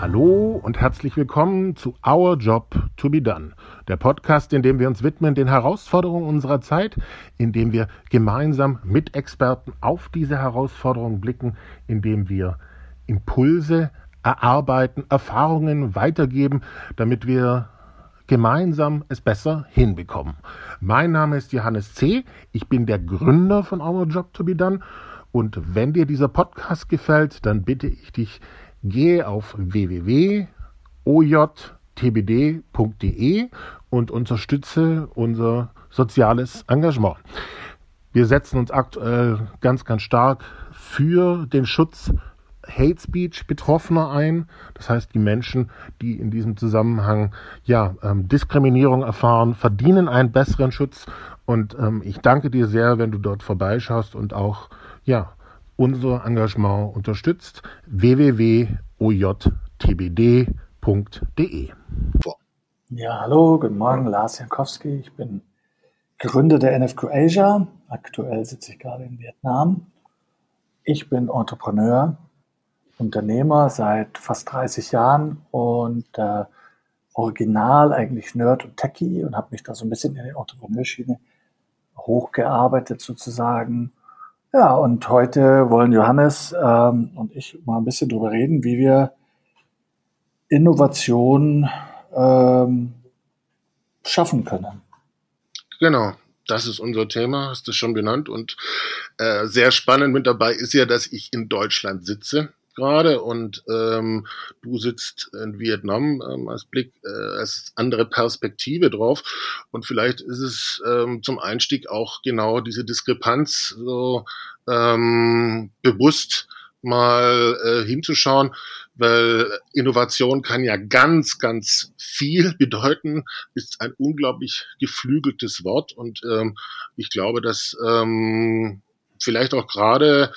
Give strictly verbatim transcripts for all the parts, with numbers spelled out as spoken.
Hallo und herzlich willkommen zu Our Job to be Done, der Podcast, in dem wir uns widmen den Herausforderungen unserer Zeit, in dem wir gemeinsam mit Experten auf diese Herausforderungen blicken, in dem wir Impulse erarbeiten, Erfahrungen weitergeben, damit wir gemeinsam es besser hinbekommen. Mein Name ist Johannes C., ich bin der Gründer von Our Job to be Done und wenn dir dieser Podcast gefällt, dann bitte ich dich, gehe auf w w w punkt o j t b d punkt d e und unterstütze unser soziales Engagement. Wir setzen uns aktuell ganz, ganz stark für den Schutz Hate Speech Betroffener ein. Das heißt, die Menschen, die in diesem Zusammenhang ja ähm, Diskriminierung erfahren, verdienen einen besseren Schutz. Und ähm, ich danke dir sehr, wenn du dort vorbeischaust und auch ja unser Engagement unterstützt. w w w punkt o j t b d punkt d e. Ja, hallo, guten Morgen, Lars Jankowski. Ich bin Gründer der N F Q Asia. Aktuell sitze ich gerade in Vietnam. Ich bin Entrepreneur, Unternehmer seit fast dreißig Jahren und äh, original eigentlich Nerd und Techie und habe mich da so ein bisschen in die Entrepreneurschiene hochgearbeitet sozusagen. Ja, und heute wollen Johannes ähm, und ich mal ein bisschen drüber reden, wie wir Innovation ähm, schaffen können. Genau, das ist unser Thema, hast du schon genannt. Und äh, sehr spannend mit dabei ist ja, dass ich in Deutschland sitze gerade und ähm, du sitzt in Vietnam ähm, als Blick, äh, als andere Perspektive drauf. Und vielleicht ist es ähm, zum Einstieg auch genau diese Diskrepanz so ähm, bewusst mal äh, hinzuschauen, weil Innovation kann ja ganz, ganz viel bedeuten, ist ein unglaublich geflügeltes Wort und ähm, ich glaube, dass ähm, vielleicht auch gerade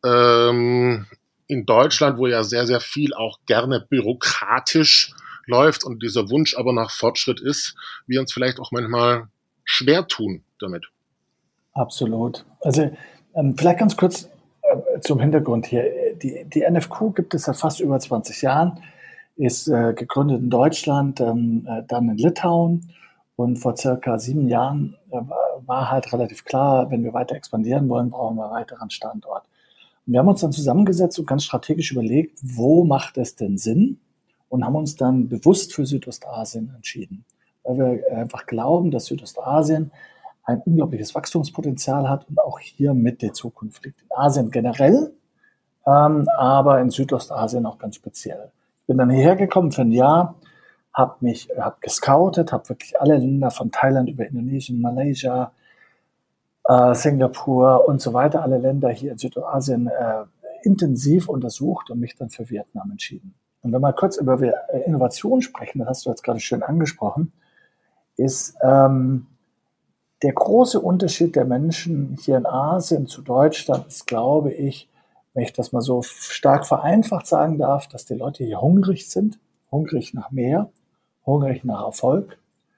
ähm, in Deutschland, wo ja sehr, sehr viel auch gerne bürokratisch läuft und dieser Wunsch aber nach Fortschritt ist, wir uns vielleicht auch manchmal schwer tun damit. Absolut. Also ähm, vielleicht ganz kurz äh, zum Hintergrund hier. Die, die N F Q gibt es seit fast über zwanzig Jahren, ist äh, gegründet in Deutschland, ähm, äh, dann in Litauen und vor circa sieben Jahren äh, war halt relativ klar, wenn wir weiter expandieren wollen, brauchen wir einen weiteren Standort. Und wir haben uns dann zusammengesetzt und ganz strategisch überlegt, wo macht es denn Sinn und haben uns dann bewusst für Südostasien entschieden, weil wir einfach glauben, dass Südostasien ein unglaubliches Wachstumspotenzial hat und auch hier mit der Zukunft liegt. In Asien generell, ähm, aber in Südostasien auch ganz speziell. Ich bin dann hierher gekommen für ein Jahr, habe mich hab gescoutet, habe wirklich alle Länder von Thailand über Indonesien, Malaysia, äh, Singapur und so weiter, alle Länder hier in Südostasien äh, intensiv untersucht und mich dann für Vietnam entschieden. Und wenn wir kurz über Innovation sprechen, das hast du jetzt gerade schön angesprochen, ist ähm, der große Unterschied der Menschen hier in Asien zu Deutschland ist, glaube ich, wenn ich das mal so stark vereinfacht sagen darf, dass die Leute hier hungrig sind, hungrig nach mehr, hungrig nach Erfolg.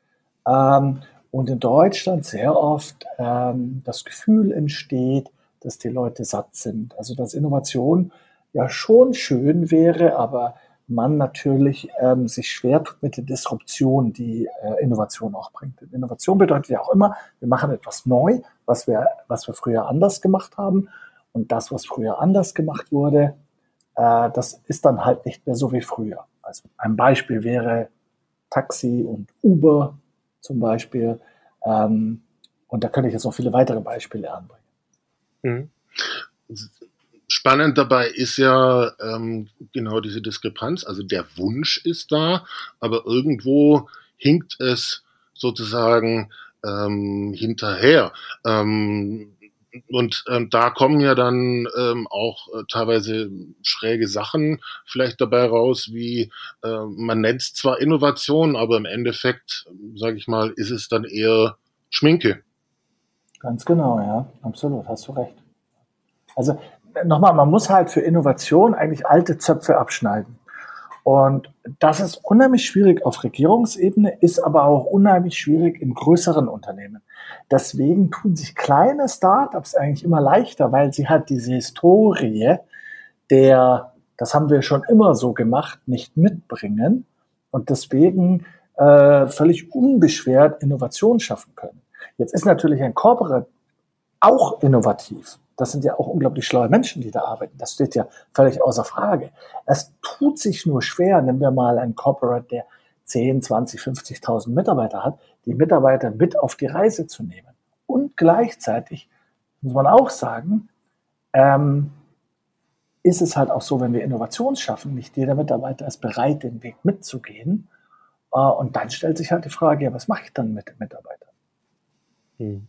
Ähm, und in Deutschland sehr oft ähm, das Gefühl entsteht, dass die Leute satt sind. Also dass Innovation ja schon schön wäre, aber man natürlich ähm, sich schwer tut mit der Disruption, die äh, Innovation auch bringt. Und Innovation bedeutet ja auch immer, wir machen etwas neu, was wir, was wir früher anders gemacht haben. Und das, was früher anders gemacht wurde, äh, das ist dann halt nicht mehr so wie früher. Also ein Beispiel wäre Taxi und Uber zum Beispiel. Ähm, und da könnte ich jetzt noch viele weitere Beispiele anbringen. Mhm. Spannend dabei ist ja ähm, genau diese Diskrepanz, also der Wunsch ist da, aber irgendwo hinkt es sozusagen ähm, hinterher. Ähm, und ähm, da kommen ja dann ähm, auch äh, teilweise schräge Sachen vielleicht dabei raus, wie äh, man nennt es zwar Innovation, aber im Endeffekt, sage ich mal, ist es dann eher Schminke. Ganz genau, ja, absolut, hast du recht. Also nochmal, man muss halt für Innovation eigentlich alte Zöpfe abschneiden. Und das ist unheimlich schwierig auf Regierungsebene, ist aber auch unheimlich schwierig in größeren Unternehmen. Deswegen tun sich kleine Startups eigentlich immer leichter, weil sie halt diese Historie der das haben wir schon immer so gemacht, nicht mitbringen und deswegen äh, völlig unbeschwert Innovation schaffen können. Jetzt ist natürlich ein Corporate auch innovativ. Das sind ja auch unglaublich schlaue Menschen, die da arbeiten. Das steht ja völlig außer Frage. Es tut sich nur schwer, nehmen wir mal einen Corporate, der zehn, zwanzig, fünfzigtausend Mitarbeiter hat, die Mitarbeiter mit auf die Reise zu nehmen. Und gleichzeitig muss man auch sagen, ähm, ist es halt auch so, wenn wir Innovation schaffen, nicht jeder Mitarbeiter ist bereit, den Weg mitzugehen. Äh, und dann stellt sich halt die Frage, ja, was mache ich dann mit den Mitarbeitern? Hm.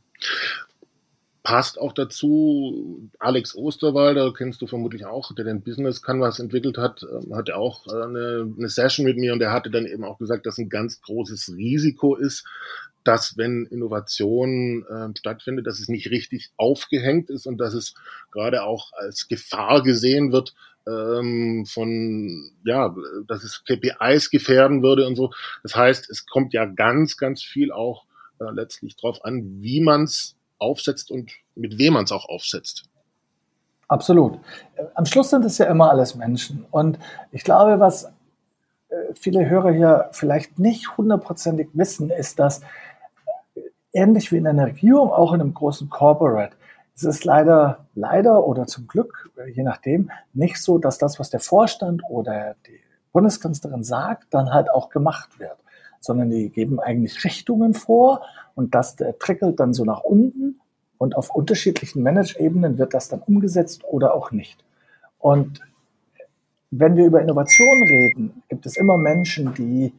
Passt auch dazu, Alex Osterwalder, kennst du vermutlich auch, der den Business Canvas entwickelt hat, hatte auch eine, eine Session mit mir und der hatte dann eben auch gesagt, dass ein ganz großes Risiko ist, dass wenn Innovation äh, stattfindet, dass es nicht richtig aufgehängt ist und dass es gerade auch als Gefahr gesehen wird, ähm, von, ja, dass es K P Is gefährden würde und so. Das heißt, es kommt ja ganz, ganz viel auch äh, letztlich drauf an, wie man es aufsetzt und mit wem man es auch aufsetzt. Absolut. Am Schluss sind es ja immer alles Menschen. Und ich glaube, was viele Hörer hier vielleicht nicht hundertprozentig wissen, ist, dass ähnlich wie in einer Regierung, auch in einem großen Corporate, es ist leider, leider oder zum Glück, je nachdem, nicht so, dass das, was der Vorstand oder die Bundeskanzlerin sagt, dann halt auch gemacht wird, sondern die geben eigentlich Richtungen vor und das trickelt dann so nach unten und auf unterschiedlichen Manage-Ebenen wird das dann umgesetzt oder auch nicht. Und wenn wir über Innovation reden, gibt es immer Menschen, die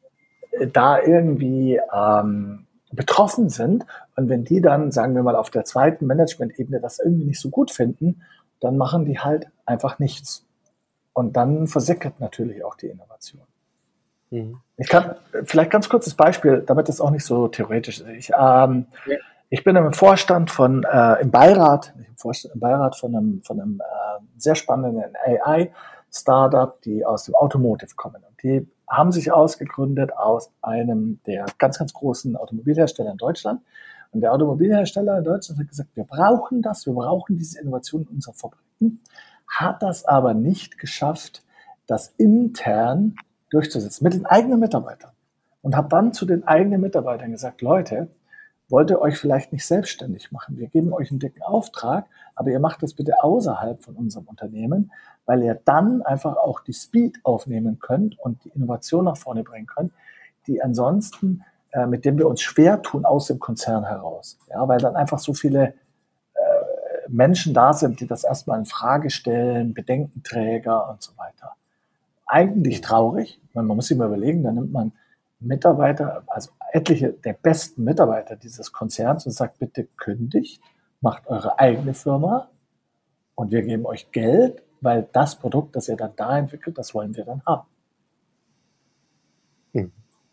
da irgendwie ähm, betroffen sind und wenn die dann, sagen wir mal, auf der zweiten Management-Ebene das irgendwie nicht so gut finden, dann machen die halt einfach nichts. Und dann versickert natürlich auch die Innovation. Mhm. Ich kann vielleicht ganz kurzes Beispiel, damit es auch nicht so theoretisch ist. Ich, ähm, ja. ich bin im Vorstand von, äh, im Beirat, im, Vorstand, im Beirat von einem, von einem äh, sehr spannenden A I-Startup, die aus dem Automotive kommen. Und die haben sich ausgegründet aus einem der ganz, ganz großen Automobilhersteller in Deutschland. Und der Automobilhersteller in Deutschland hat gesagt, wir brauchen das, wir brauchen diese Innovation in unseren Fabriken, hat das aber nicht geschafft, das intern durchzusetzen mit den eigenen Mitarbeitern und habe dann zu den eigenen Mitarbeitern gesagt, Leute, wollt ihr euch vielleicht nicht selbstständig machen? Wir geben euch einen dicken Auftrag, aber ihr macht das bitte außerhalb von unserem Unternehmen, weil ihr dann einfach auch die Speed aufnehmen könnt und die Innovation nach vorne bringen könnt, die ansonsten, äh, mit dem wir uns schwer tun aus dem Konzern heraus. Ja, weil dann einfach so viele äh, Menschen da sind, die das erstmal in Frage stellen, Bedenkenträger und so weiter. Eigentlich traurig, man muss sich mal überlegen, da nimmt man Mitarbeiter, also etliche der besten Mitarbeiter dieses Konzerns und sagt, bitte kündigt, macht eure eigene Firma und wir geben euch Geld, weil das Produkt, das ihr dann da entwickelt, das wollen wir dann haben. Hm.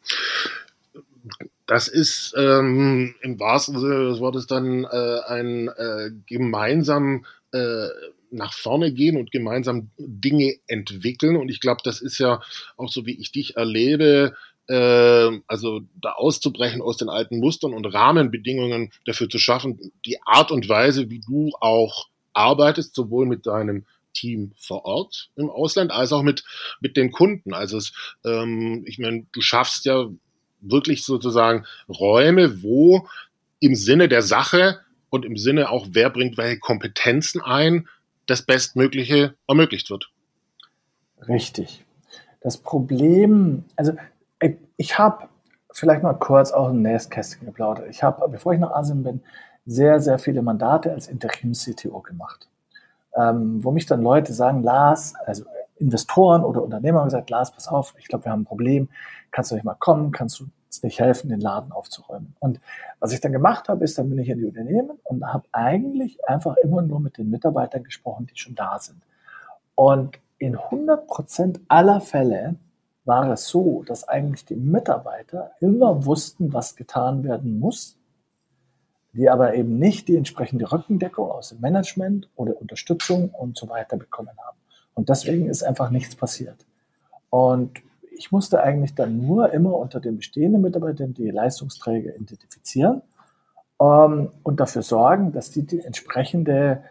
Das ist ähm, im wahrsten Sinne des Wortes dann äh, ein äh, gemeinsam äh, nach vorne gehen und gemeinsam Dinge entwickeln. Und ich glaube, das ist ja auch so, wie ich dich erlebe, äh, also da auszubrechen aus den alten Mustern und Rahmenbedingungen dafür zu schaffen, die Art und Weise, wie du auch arbeitest, sowohl mit deinem Team vor Ort im Ausland, als auch mit, mit den Kunden. Also es, ähm, ich meine, du schaffst ja wirklich sozusagen Räume, wo im Sinne der Sache und im Sinne auch, wer bringt welche Kompetenzen ein, das Bestmögliche ermöglicht wird. Richtig. Das Problem, also ich, ich habe vielleicht mal kurz auch ein Nähkästchen geplaudert. Ich habe, bevor ich nach Asien bin, sehr, sehr viele Mandate als Interim-C T O gemacht. Ähm, wo mich dann Leute sagen, Lars, also Investoren oder Unternehmer haben gesagt, Lars, pass auf, ich glaube, wir haben ein Problem, kannst du nicht mal kommen, kannst du uns nicht helfen, den Laden aufzuräumen? Und was ich dann gemacht habe, ist, dann bin ich in die Unternehmen und habe eigentlich einfach immer nur mit den Mitarbeitern gesprochen, die schon da sind. Und in hundert Prozent aller Fälle war es so, dass eigentlich die Mitarbeiter immer wussten, was getan werden muss, die aber eben nicht die entsprechende Rückendeckung aus dem Management oder Unterstützung und so weiter bekommen haben. Und deswegen ist einfach nichts passiert. Und ich musste eigentlich dann nur immer unter den bestehenden Mitarbeitern die Leistungsträger identifizieren ähm, und dafür sorgen, dass die die entsprechende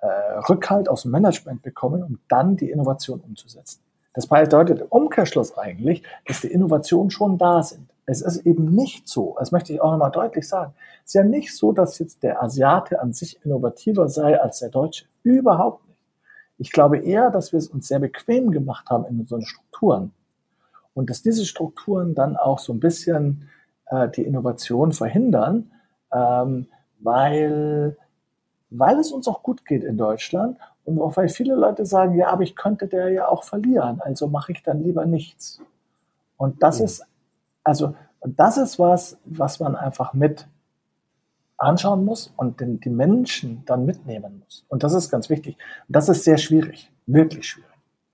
äh, Rückhalt aus dem Management bekommen, um dann die Innovation umzusetzen. Das bedeutet im Umkehrschluss eigentlich, dass die Innovationen schon da sind. Es ist eben nicht so, das möchte ich auch nochmal deutlich sagen, es ist ja nicht so, dass jetzt der Asiate an sich innovativer sei als der Deutsche. Überhaupt nicht. Ich glaube eher, dass wir es uns sehr bequem gemacht haben in unseren Strukturen und dass diese Strukturen dann auch so ein bisschen äh, die Innovation verhindern, ähm, weil, weil es uns auch gut geht in Deutschland und auch weil viele Leute sagen, ja, aber ich könnte der ja auch verlieren, also mache ich dann lieber nichts. Und das Mhm. ist, also, und das ist was, was man einfach mit anschauen muss und den, die Menschen dann mitnehmen muss. Und das ist ganz wichtig. Und das ist sehr schwierig, wirklich schwierig.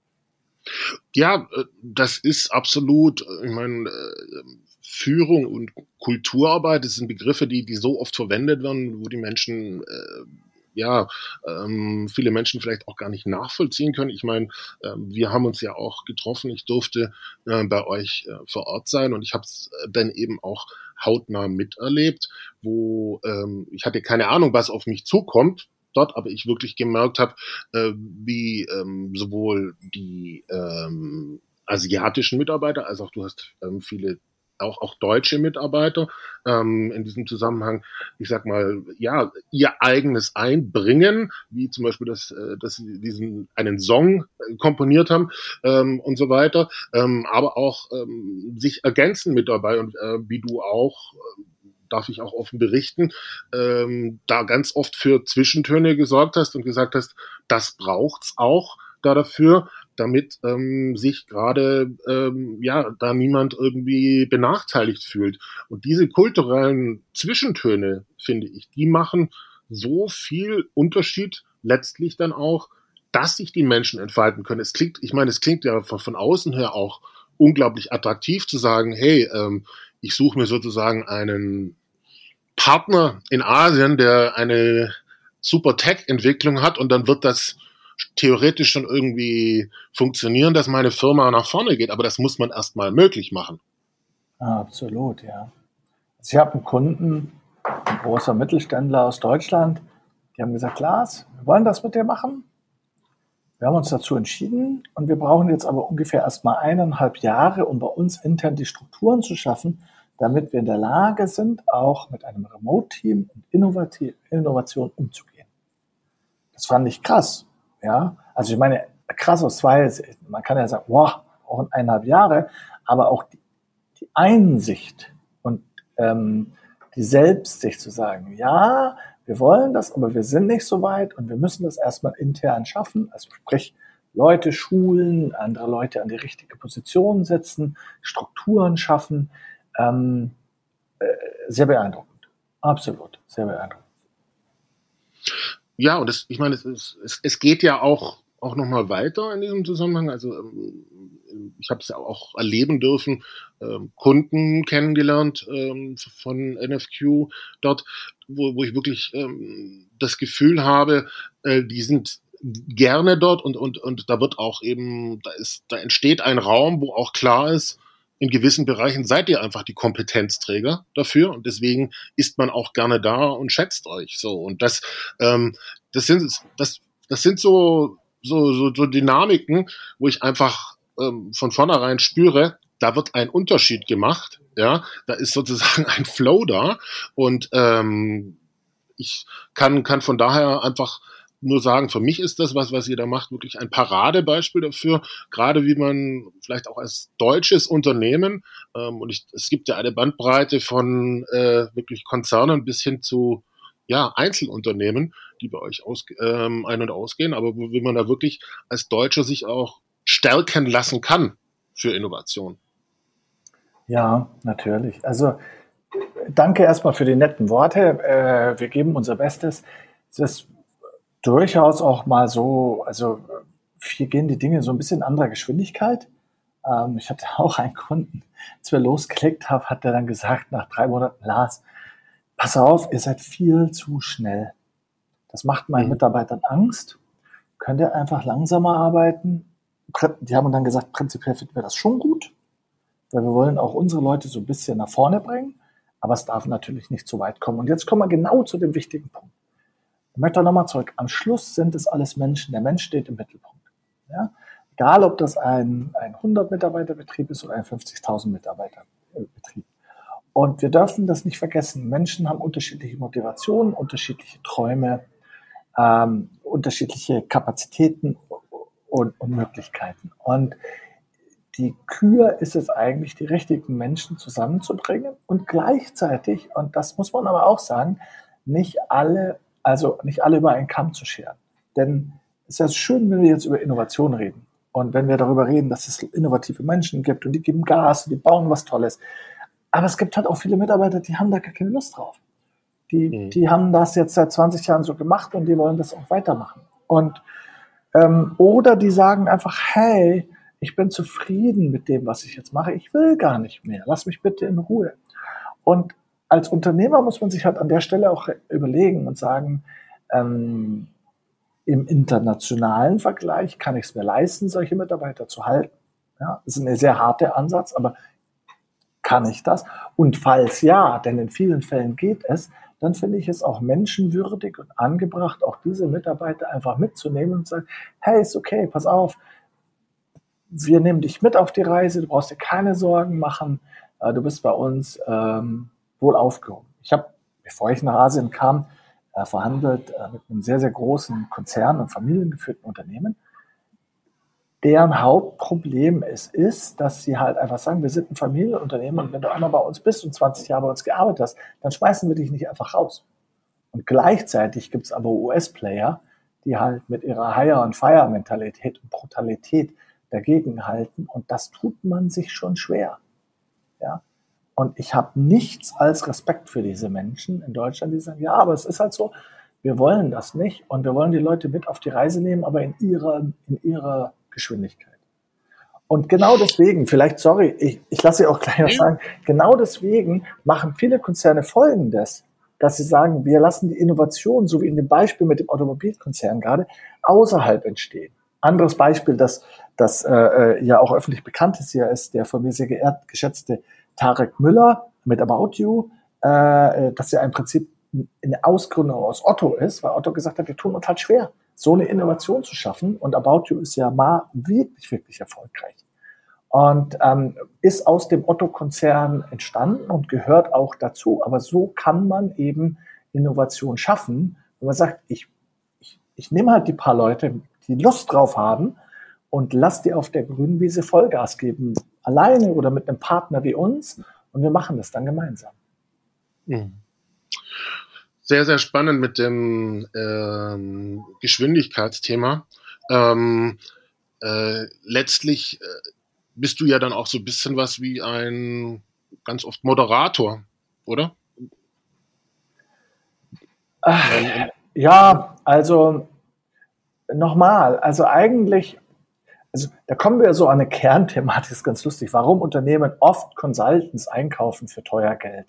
Ja, äh, das ist absolut, äh, ich meine, äh, Führung und Kulturarbeit, das sind Begriffe, die, die so oft verwendet werden, wo die Menschen, äh, ja, ähm, viele Menschen vielleicht auch gar nicht nachvollziehen können. Ich meine, äh, wir haben uns ja auch getroffen. Ich durfte äh, bei euch äh, vor Ort sein und ich habe es dann eben auch hautnah miterlebt, wo ähm, ich hatte keine Ahnung, was auf mich zukommt dort, aber ich wirklich gemerkt habe, äh, wie ähm, sowohl die ähm, asiatischen Mitarbeiter, als auch du hast ähm, viele auch, auch deutsche Mitarbeiter ähm, in diesem Zusammenhang, ich sag mal, ja, ihr eigenes Einbringen, wie zum Beispiel, dass, äh, dass sie diesen einen Song äh, komponiert haben ähm, und so weiter, ähm, aber auch ähm, sich ergänzen mit dabei und äh, wie du auch äh, darf ich auch offen berichten, ähm, da ganz oft für Zwischentöne gesorgt hast und gesagt hast, das braucht's auch da dafür, damit ähm, sich gerade ähm, ja da niemand irgendwie benachteiligt fühlt. Und diese kulturellen Zwischentöne, finde ich, die machen so viel Unterschied letztlich dann auch, dass sich die Menschen entfalten können. Es klingt, ich meine, es klingt ja von, von außen her auch unglaublich attraktiv zu sagen, hey, ähm, ich suche mir sozusagen einen Partner in Asien, der eine super Tech-Entwicklung hat und dann wird das theoretisch schon irgendwie funktionieren, dass meine Firma nach vorne geht. Aber das muss man erstmal möglich machen. Ah, absolut, ja. Also ich habe einen Kunden, ein großer Mittelständler aus Deutschland, die haben gesagt, Lars, wir wollen das mit dir machen. Wir haben uns dazu entschieden und wir brauchen jetzt aber ungefähr erstmal eineinhalb Jahre, um bei uns intern die Strukturen zu schaffen, damit wir in der Lage sind, auch mit einem Remote-Team und Innovation umzugehen. Das fand ich krass. Ja, also ich meine, krass aus zwei, man kann ja sagen, wow, auch eineinhalb Jahre, aber auch die, die Einsicht und ähm, die Selbstsicht zu sagen, ja, wir wollen das, aber wir sind nicht so weit und wir müssen das erstmal intern schaffen, also sprich Leute schulen, andere Leute an die richtige Position setzen, Strukturen schaffen, ähm, äh, sehr beeindruckend, absolut, sehr beeindruckend. Ja, und das, ich meine, es, es, es geht ja auch, auch nochmal weiter in diesem Zusammenhang. Also ähm, ich habe es ja auch erleben dürfen, ähm, Kunden kennengelernt ähm, von N F Q dort, wo, wo ich wirklich ähm, das Gefühl habe, äh, die sind gerne dort und, und, und da wird auch eben, da ist, da entsteht ein Raum, wo auch klar ist, in gewissen Bereichen seid ihr einfach die Kompetenzträger dafür und deswegen ist man auch gerne da und schätzt euch so. Und das, ähm, das sind, das, das sind so, so, so, so Dynamiken, wo ich einfach ähm, von vornherein spüre, da wird ein Unterschied gemacht, ja, da ist sozusagen ein Flow da und ähm, ich kann, kann von daher einfach nur sagen, für mich ist das, was, was ihr da macht, wirklich ein Paradebeispiel dafür, gerade wie man vielleicht auch als deutsches Unternehmen, ähm, und ich, es gibt ja eine Bandbreite von äh, wirklich Konzernen bis hin zu ja, Einzelunternehmen, die bei euch aus, ähm, ein- und ausgehen, aber wo, wie man da wirklich als Deutscher sich auch stärken lassen kann für Innovation. Ja, natürlich. Also danke erstmal für die netten Worte. Äh, wir geben unser Bestes. Es ist durchaus auch mal so, also hier gehen die Dinge so ein bisschen in anderer Geschwindigkeit. Ähm, ich hatte auch einen Kunden, als wir losgelegt haben, hat er dann gesagt, nach drei Monaten, Lars, pass auf, ihr seid viel zu schnell. Das macht meinen Mhm. Mitarbeitern Angst. Könnt ihr einfach langsamer arbeiten? Die haben dann gesagt, prinzipiell finden wir das schon gut, weil wir wollen auch unsere Leute so ein bisschen nach vorne bringen, aber es darf natürlich nicht zu weit kommen. Und jetzt kommen wir genau zu dem wichtigen Punkt. Ich möchte nochmal zurück. Am Schluss sind es alles Menschen. Der Mensch steht im Mittelpunkt. Ja? Egal, ob das ein, ein hundert-Mitarbeiter-Betrieb ist oder ein fünfzigtausend Mitarbeiter-Betrieb. Und wir dürfen das nicht vergessen. Menschen haben unterschiedliche Motivationen, unterschiedliche Träume, ähm, unterschiedliche Kapazitäten und, und Möglichkeiten. Und die Kür ist es eigentlich, die richtigen Menschen zusammenzubringen und gleichzeitig, und das muss man aber auch sagen, nicht alle, also nicht alle über einen Kamm zu scheren. Denn es ist ja schön, wenn wir jetzt über Innovation reden und wenn wir darüber reden, dass es innovative Menschen gibt und die geben Gas und die bauen was Tolles. Aber es gibt halt auch viele Mitarbeiter, die haben da gar keine Lust drauf. Die, mhm. die haben das jetzt seit zwanzig Jahren so gemacht und die wollen das auch weitermachen. Und, ähm, oder die sagen einfach, hey, ich bin zufrieden mit dem, was ich jetzt mache. Ich will gar nicht mehr. Lass mich bitte in Ruhe. Und als Unternehmer muss man sich halt an der Stelle auch überlegen und sagen, ähm, im internationalen Vergleich kann ich es mir leisten, solche Mitarbeiter zu halten. Ja, das ist ein sehr harter Ansatz, aber kann ich das? Und falls ja, denn in vielen Fällen geht es, dann finde ich es auch menschenwürdig und angebracht, auch diese Mitarbeiter einfach mitzunehmen und zu sagen, hey, ist okay, pass auf, wir nehmen dich mit auf die Reise, du brauchst dir keine Sorgen machen, du bist bei uns ähm, wohl aufgehoben. Ich habe, bevor ich nach Asien kam, äh, verhandelt äh, mit einem sehr, sehr großen Konzern und familiengeführten Unternehmen, deren Hauptproblem es ist, dass sie halt einfach sagen, wir sind ein Familienunternehmen und wenn du einmal bei uns bist und zwanzig Jahre bei uns gearbeitet hast, dann schmeißen wir dich nicht einfach raus. Und gleichzeitig gibt es aber U S-Player, die halt mit ihrer Hire-and-Fire-Mentalität und Brutalität dagegen halten und das tut man sich schon schwer. Ja? Und ich habe nichts als Respekt für diese Menschen in Deutschland, die sagen, ja, aber es ist halt so, wir wollen das nicht und wir wollen die Leute mit auf die Reise nehmen, aber in ihrer, in ihrer Geschwindigkeit. Und genau deswegen, vielleicht, sorry, ich, ich lasse Sie auch gleich was sagen, genau deswegen machen viele Konzerne Folgendes, dass sie sagen, wir lassen die Innovation, so wie in dem Beispiel mit dem Automobilkonzern gerade, außerhalb entstehen. Anderes Beispiel, das, das äh, ja auch öffentlich bekannt ist, hier ist der von mir sehr geehrt, geschätzte Tarek Müller mit About You, äh, dass ja im Prinzip eine Ausgründung aus Otto ist, weil Otto gesagt hat, wir tun uns halt schwer, so eine Innovation zu schaffen. Und About You ist ja mal wirklich, wirklich erfolgreich. Und ähm, ist aus dem Otto-Konzern entstanden und gehört auch dazu. Aber so kann man eben Innovation schaffen, wenn man sagt, ich, ich, ich nehme halt die paar Leute, die Lust drauf haben und lass die auf der grünen Wiese Vollgas geben, alleine oder mit einem Partner wie uns. Und wir machen das dann gemeinsam. Mhm. Sehr, sehr spannend mit dem ähm, Geschwindigkeitsthema. Ähm, äh, letztlich äh, bist du ja dann auch so ein bisschen was wie ein ganz oft Moderator, oder? Ach, ja, also nochmal, also eigentlich, also da kommen wir so an eine Kernthematik, ist ganz lustig. Warum Unternehmen oft Consultants einkaufen für teuer Geld?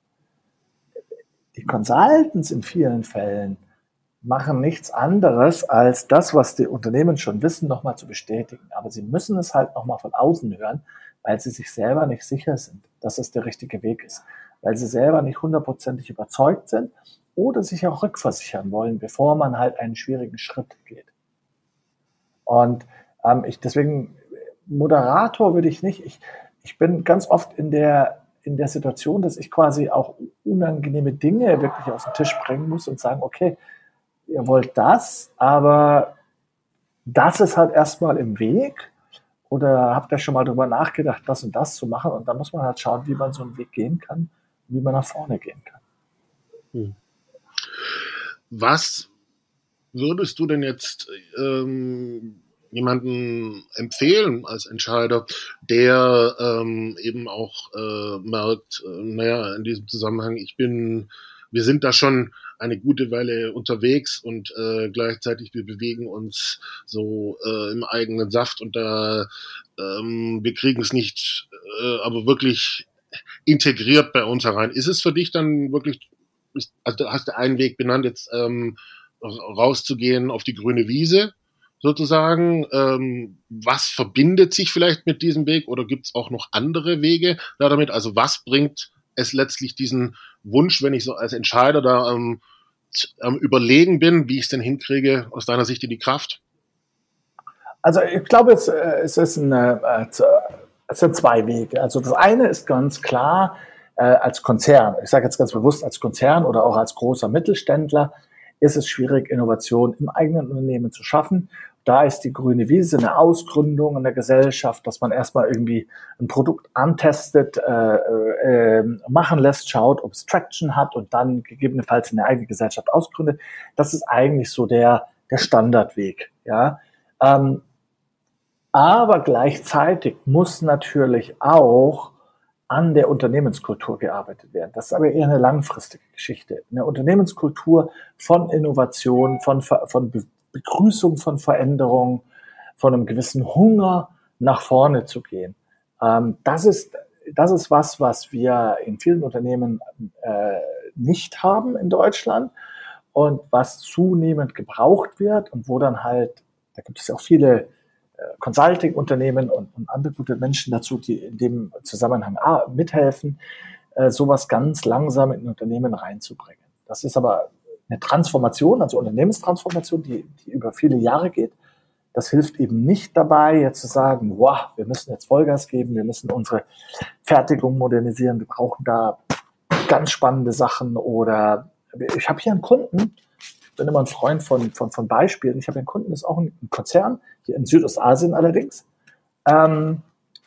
Die Consultants in vielen Fällen machen nichts anderes, als das, was die Unternehmen schon wissen, nochmal zu bestätigen. Aber sie müssen es halt nochmal von außen hören, weil sie sich selber nicht sicher sind, dass es der richtige Weg ist. Weil sie selber nicht hundertprozentig überzeugt sind oder sich auch rückversichern wollen, bevor man halt einen schwierigen Schritt geht. Und ähm, ich deswegen, Moderator würde ich nicht, ich, ich bin ganz oft in der in der Situation, dass ich quasi auch unangenehme Dinge wirklich auf den Tisch bringen muss und sagen, okay, ihr wollt das, aber das ist halt erstmal im Weg oder habt ihr schon mal darüber nachgedacht, das und das zu machen und dann muss man halt schauen, wie man so einen Weg gehen kann, wie man nach vorne gehen kann. Hm. Was würdest du denn jetzt ähm, jemanden empfehlen als Entscheider, der ähm, eben auch äh, merkt, äh, naja, in diesem Zusammenhang, ich bin, wir sind da schon eine gute Weile unterwegs und äh, gleichzeitig wir bewegen uns so äh, im eigenen Saft und da ähm, wir kriegen es nicht, äh, aber wirklich integriert bei uns herein. Ist es für dich dann wirklich, also du hast einen Weg benannt, jetzt ähm, rauszugehen auf die grüne Wiese, sozusagen, ähm, was verbindet sich vielleicht mit diesem Weg oder gibt es auch noch andere Wege da damit? Also was bringt es letztlich diesen Wunsch, wenn ich so als Entscheider da ähm, jetzt am Überlegen bin, wie ich es denn hinkriege, aus deiner Sicht in die Kraft? Also ich glaube, es, es, ist eine, es sind zwei Wege. Also das eine ist ganz klar, äh, als Konzern, ich sage jetzt ganz bewusst als Konzern oder auch als großer Mittelständler, ist es schwierig, Innovation im eigenen Unternehmen zu schaffen. Da ist die grüne Wiese eine Ausgründung in der Gesellschaft, dass man erstmal irgendwie ein Produkt antestet, äh, äh, machen lässt, schaut, ob es Traction hat und dann gegebenenfalls eine eigene Gesellschaft ausgründet. Das ist eigentlich so der, der Standardweg. Ja. Ähm, aber gleichzeitig muss natürlich auch an der Unternehmenskultur gearbeitet werden. Das ist aber eher eine langfristige Geschichte. Eine Unternehmenskultur von Innovation, von, von Begrüßung von Veränderungen, von einem gewissen Hunger nach vorne zu gehen. Ähm, das ist, das ist was, was wir in vielen Unternehmen äh, nicht haben in Deutschland und was zunehmend gebraucht wird und wo dann halt, da gibt es ja auch viele Consulting-Unternehmen und, und andere gute Menschen dazu, die in dem Zusammenhang ah, mithelfen, äh, sowas ganz langsam in Unternehmen reinzubringen. Das ist aber eine Transformation, also Unternehmenstransformation, die, die über viele Jahre geht. Das hilft eben nicht dabei, jetzt zu sagen, wow, wir müssen jetzt Vollgas geben, wir müssen unsere Fertigung modernisieren, wir brauchen da ganz spannende Sachen oder ich habe hier einen Kunden, ich bin immer ein Freund von, von, von Beispielen. Ich habe einen Kunden, das ist auch ein Konzern, hier in Südostasien allerdings. Ähm,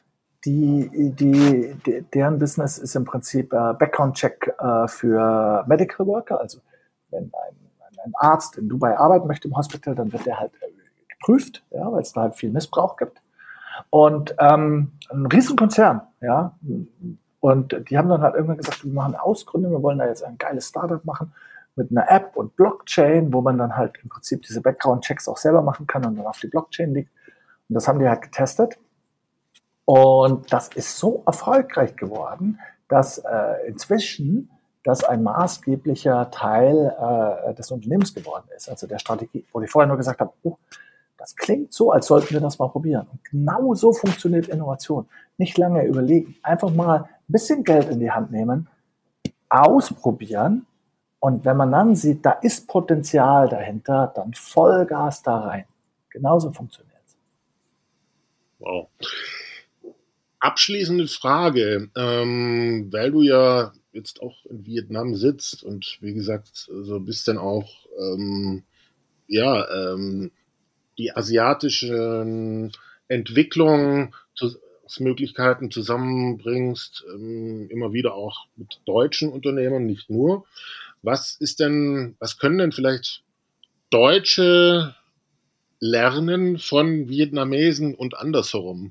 die, die, die, deren Business ist im Prinzip äh, Background-Check äh, für Medical Worker. Also wenn ein, ein Arzt in Dubai arbeiten möchte im Hospital, dann wird der halt geprüft, ja, weil es da halt viel Missbrauch gibt. Und ähm, ein Riesenkonzern, ja. Und die haben dann halt irgendwann gesagt, wir machen eine Ausgründung, wir wollen da jetzt ein geiles Startup machen mit einer App und Blockchain, wo man dann halt im Prinzip diese Background-Checks auch selber machen kann und dann auf die Blockchain liegt. Und das haben die halt getestet. Und das ist so erfolgreich geworden, dass äh, inzwischen das ein maßgeblicher Teil äh, des Unternehmens geworden ist, also der Strategie. Wo ich vorher nur gesagt habe, oh, das klingt so, als sollten wir das mal probieren. Und genau so funktioniert Innovation. Nicht lange überlegen, einfach mal ein bisschen Geld in die Hand nehmen, ausprobieren. Und wenn man dann sieht, da ist Potenzial dahinter, dann Vollgas da rein. Genauso funktioniert es. Wow. Abschließende Frage, ähm, weil du ja jetzt auch in Vietnam sitzt und wie gesagt, so bist dann auch ähm, ja, ähm, die asiatischen Entwicklungen, Möglichkeiten zusammenbringst, ähm, immer wieder auch mit deutschen Unternehmen, nicht nur. Was ist denn, was können denn vielleicht Deutsche lernen von Vietnamesen und andersherum?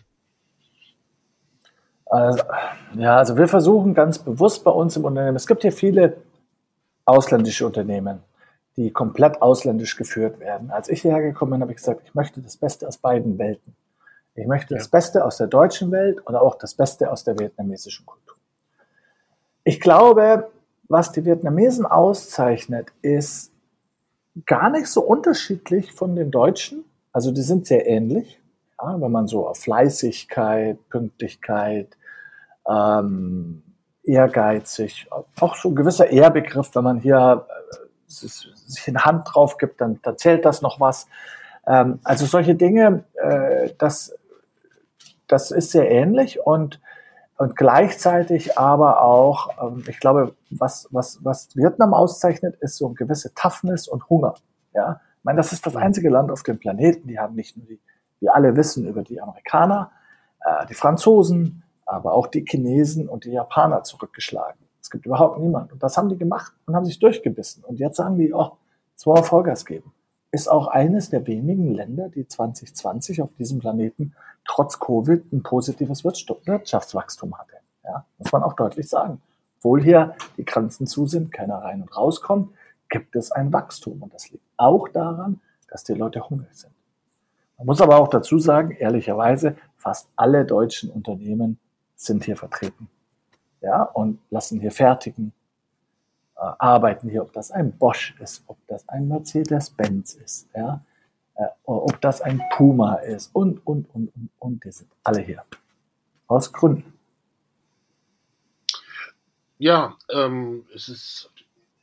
Also, ja, also wir versuchen ganz bewusst bei uns im Unternehmen, es gibt hier viele ausländische Unternehmen, die komplett ausländisch geführt werden. Als ich hierher gekommen bin, habe ich gesagt, ich möchte das Beste aus beiden Welten. Ich möchte ja. das Beste aus der deutschen Welt und auch das Beste aus der vietnamesischen Kultur. Ich glaube, was die Vietnamesen auszeichnet, ist gar nicht so unterschiedlich von den Deutschen. Also die sind sehr ähnlich, ja, wenn man so auf Fleißigkeit, Pünktlichkeit, ähm, ehrgeizig, auch so ein gewisser Ehrbegriff, wenn man hier äh, sich eine Hand drauf gibt, dann, dann zählt das noch was. Ähm, also solche Dinge, äh, das, das ist sehr ähnlich und Und gleichzeitig aber auch, ähm, ich glaube, was, was, was Vietnam auszeichnet, ist so eine gewisse Toughness und Hunger. Ja? Ich meine, das ist das einzige Land auf dem Planeten, die haben nicht nur die, wir alle wissen über die Amerikaner, äh, die Franzosen, aber auch die Chinesen und die Japaner zurückgeschlagen. Es gibt überhaupt niemanden. Und das haben die gemacht und haben sich durchgebissen. Und jetzt sagen die, oh, jetzt wollen wir Vollgas geben. Ist auch eines der wenigen Länder, die zwanzig zwanzig auf diesem Planeten trotz Covid ein positives Wirtschaftswachstum hatte. Ja, muss man auch deutlich sagen. Obwohl hier die Grenzen zu sind, keiner rein und rauskommt, gibt es ein Wachstum. Und das liegt auch daran, dass die Leute hungrig sind. Man muss aber auch dazu sagen, ehrlicherweise, fast alle deutschen Unternehmen sind hier vertreten. Ja, und lassen hier fertigen, äh, arbeiten hier, ob das ein Bosch ist, ob das ein Mercedes-Benz ist, ja, äh, ob das ein Puma ist und, und, und, und, und, die sind alle hier. Aus Gründen. Ja, ähm, es ist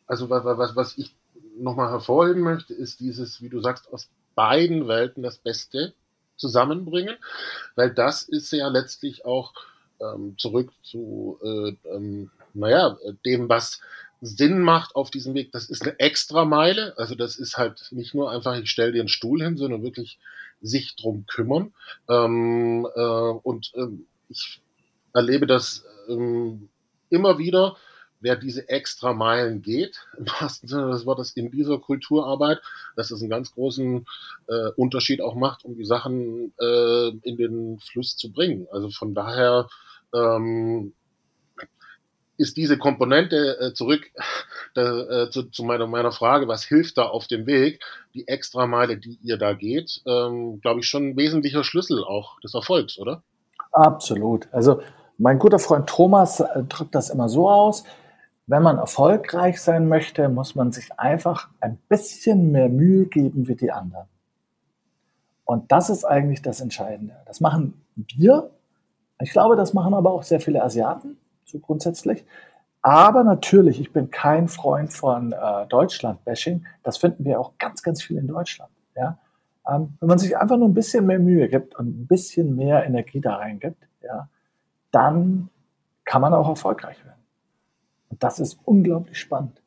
also was, was, was ich nochmal hervorheben möchte, ist dieses, wie du sagst, aus beiden Welten das Beste zusammenbringen, weil das ist ja letztlich auch ähm, zurück zu, äh, ähm, naja, dem, was Sinn macht auf diesem Weg. Das ist eine Extrameile, also das ist halt nicht nur einfach, ich stelle dir einen Stuhl hin, sondern wirklich sich drum kümmern. Ähm, äh, und ähm, ich erlebe das ähm, immer wieder, wer diese extra Meilen geht, im wahrsten Sinne des Wortes, in dieser Kulturarbeit, dass es einen ganz großen äh, Unterschied auch macht, um die Sachen äh, in den Fluss zu bringen. Also von daher ähm, ist diese Komponente äh, zurück äh, zu, zu meiner, meiner Frage, was hilft da auf dem Weg, die Extrameile, die ihr da geht, ähm, glaube ich, schon ein wesentlicher Schlüssel auch des Erfolgs, oder? Absolut. Also mein guter Freund Thomas äh, drückt das immer so aus: Wenn man erfolgreich sein möchte, muss man sich einfach ein bisschen mehr Mühe geben wie die anderen. Und das ist eigentlich das Entscheidende. Das machen wir. Ich glaube, das machen aber auch sehr viele Asiaten, so grundsätzlich. Aber natürlich, ich bin kein Freund von äh, Deutschland-Bashing. Das finden wir auch ganz, ganz viel in Deutschland. Ja? Ähm, wenn man sich einfach nur ein bisschen mehr Mühe gibt und ein bisschen mehr Energie da reingibt, ja, dann kann man auch erfolgreich werden. Und das ist unglaublich spannend.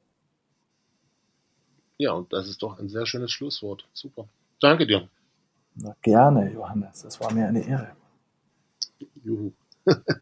Ja, und das ist doch ein sehr schönes Schlusswort. Super. Danke dir. Na, gerne, Johannes. Das war mir eine Ehre. Juhu.